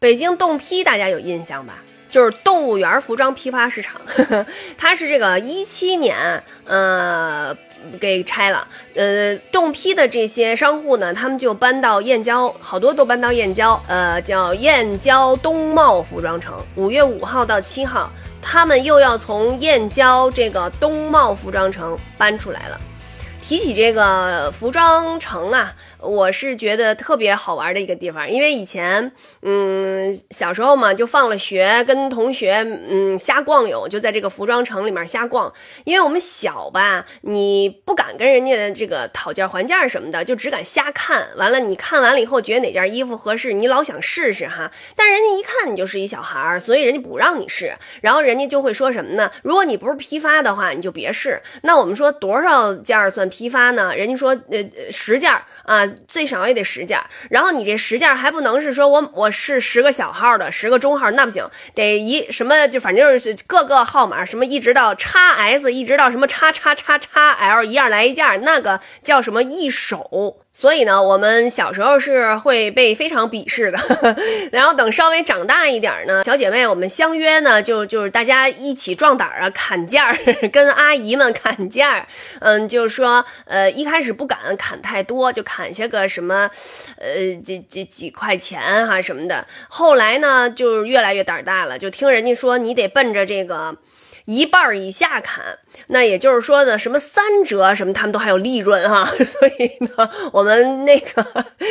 北京动批大家有印象吧？就是动物园服装批发市场，它是这个17年，给拆了。动批的这些商户呢，他们就搬到燕郊，好多都搬到燕郊，叫燕郊东贸服装城。5月5号到7号，他们又要从燕郊这个东贸服装城搬出来了。提起这个服装城啊，我是觉得特别好玩的一个地方，因为以前小时候嘛，就放了学跟同学瞎逛悠，就在这个服装城里面瞎逛。因为我们小吧，你不敢跟人家的这个讨价还价什么的，就只敢瞎看。完了你看完了以后觉得哪件衣服合适，你老想试试哈，但人家一看你就是一小孩，所以人家不让你试。然后人家就会说什么呢？如果你不是批发的话，你就别试。那我们说多少件算批发呢？人家说10件啊，最少也得10件。然后你这10件还不能是说我是10个小号的，10个中号，那不行，得什么就反正就是各个号码，什么一直到 XS 一直到什么XXXXL 一样来一件，那个叫什么一手。所以呢，我们小时候是会被非常鄙视的。然后等稍微长大一点呢，小姐妹我们相约呢，就是大家一起壮胆啊，砍价，跟阿姨们砍价。就是说一开始不敢砍太多，就砍下个什么这几块钱哈什么的。后来呢，就越来越胆大了，就听人家说你得奔着这个1半以下砍，那也就是说的什么3折什么他们都还有利润哈，所以呢我们那个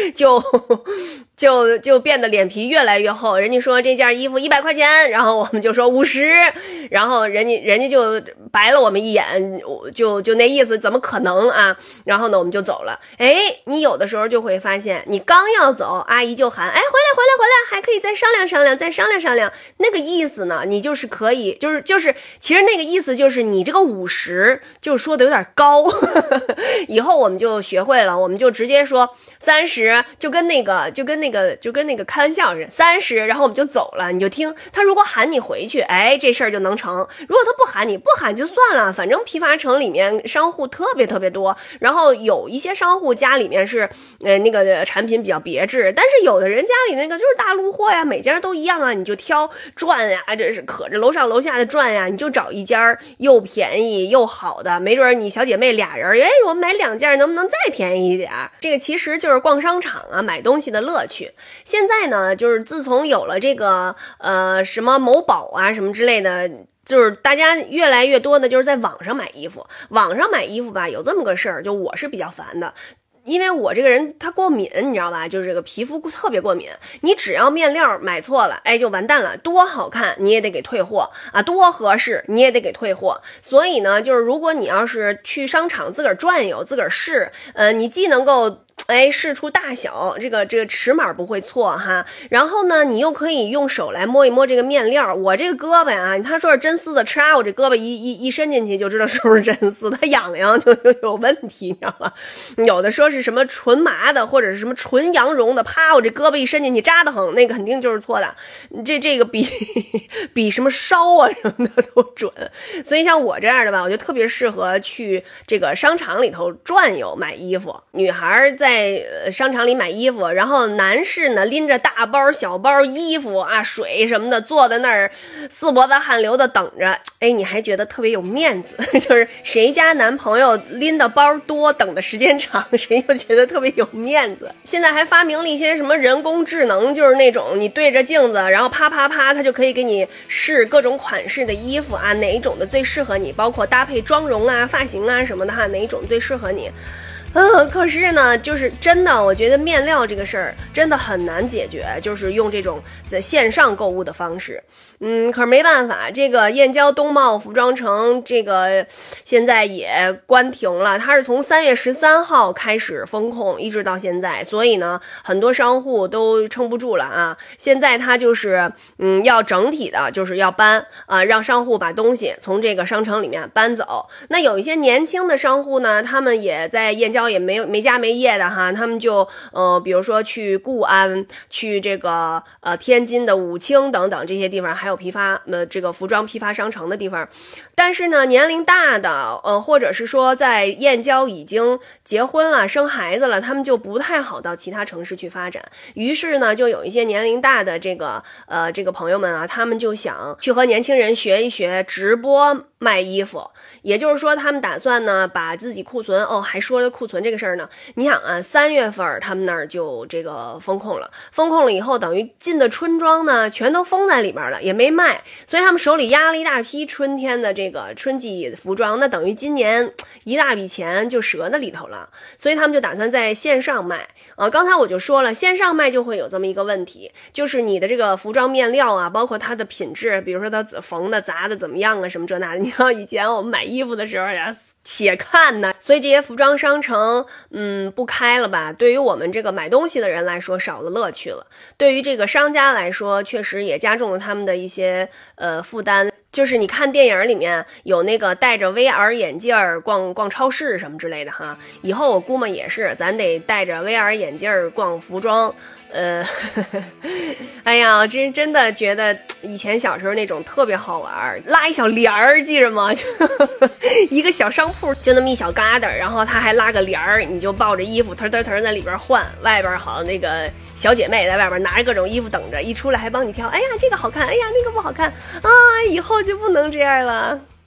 就变得脸皮越来越厚。人家说这件衣服100块钱，然后我们就说50，然后人家就白了我们一眼，就那意思怎么可能啊？然后呢我们就走了。你有的时候就会发现，你刚要走，阿姨就喊回来，还可以再商量商量，再商量商量。那个意思呢，你就是可以就是其实那个意思就是你这个50就说的有点高。以后我们就学会了，我们就直接说30，就跟那个开玩笑似的30，然后我们就走了。你就听他如果喊你回去，这事儿就能成。如果他不喊你，不喊就算了，反正批发城里面商户特别特别多，然后有一些商户家里面是那个产品比较别致，但是有的人家里那个就是大陆货呀，每家都一样啊，你就挑转呀，这是可着楼上楼下的转呀，你就找一家又便宜又好的，没准你小姐妹俩人，我买2件能不能再便宜一点？这个其实就是逛商场啊，买东西的乐趣。现在呢，就是自从有了这个什么某宝啊什么之类的，就是大家越来越多的就是在网上买衣服。网上买衣服吧，有这么个事儿，就我是比较烦的。因为我这个人他过敏，你知道吧，就是这个皮肤特别过敏，你只要面料买错了，就完蛋了，多好看你也得给退货啊，多合适你也得给退货。所以呢，就是如果你要是去商场自个儿转悠自个儿试，你既能够试出大小，这个尺码不会错哈。然后呢，你又可以用手来摸一摸这个面料。我这个胳膊啊，他说是真丝的，嚓，我这胳膊一伸进去就知道是不是真丝，它痒痒就有问题，你知道吗？有的说是什么纯麻的，或者是什么纯羊绒的，啪，我这胳膊一伸进去扎得很，那个肯定就是错的。这个比什么烧啊什么的都准。所以像我这样的吧，我就特别适合去这个商场里头转悠买衣服。女孩在商场里买衣服，然后男士呢拎着大包小包衣服啊水什么的，坐在那儿四脖子汗流的等着，你还觉得特别有面子。就是谁家男朋友拎的包多，等的时间长，谁就觉得特别有面子。现在还发明了一些什么人工智能，就是那种你对着镜子，然后啪啪啪，它就可以给你试各种款式的衣服啊，哪一种的最适合你，包括搭配妆容啊发型啊什么的哈，哪一种最适合你。可是呢，就是真的，我觉得面料这个事儿真的很难解决，就是用这种在线上购物的方式。可是没办法，这个燕郊东贸服装城这个现在也关停了，它是从3月13号开始封控，一直到现在，所以呢，很多商户都撑不住了啊。现在它就是要整体的，就是要搬啊，让商户把东西从这个商城里面搬走。那有一些年轻的商户呢，他们也在燕郊郊也没家没业的哈，他们就比如说去固安，去这个天津的武清等等这些地方，还有这个服装批发商城的地方。但是呢，年龄大的或者是说在燕郊已经结婚了生孩子了，他们就不太好到其他城市去发展。于是呢，就有一些年龄大的这个朋友们啊，他们就想去和年轻人学一学直播卖衣服。也就是说，他们打算呢把自己库存还说了库存这个事儿呢，你想啊，3月份他们那儿就这个封控了以后，等于进的春装呢全都封在里边了，也没卖，所以他们手里压了一大批春天的这个春季服装，那等于今年一大笔钱就折在里头了，所以他们就打算在线上卖刚才我就说了，线上卖就会有这么一个问题，就是你的这个服装面料啊，包括它的品质，比如说它缝的砸的怎么样啊，什么这那的。你看以前我们买衣服的时候呀，且看呢，所以这些服装商城不开了吧，对于我们这个买东西的人来说少了乐趣了，对于这个商家来说确实也加重了他们的一些负担。就是你看电影里面有那个戴着 VR 眼镜逛超市什么之类的哈，以后我估摸也是，咱得戴着 VR 眼镜逛服装。哎呀，真的觉得以前小时候那种特别好玩，拉一小帘儿，记着吗？一个小商铺就那么一小疙瘩，然后他还拉个帘儿，你就抱着衣服腾在里边换，外边好那个小姐妹在外边拿着各种衣服等着，一出来还帮你挑，哎呀这个好看，哎呀那个不好看啊，以后就不能这样了。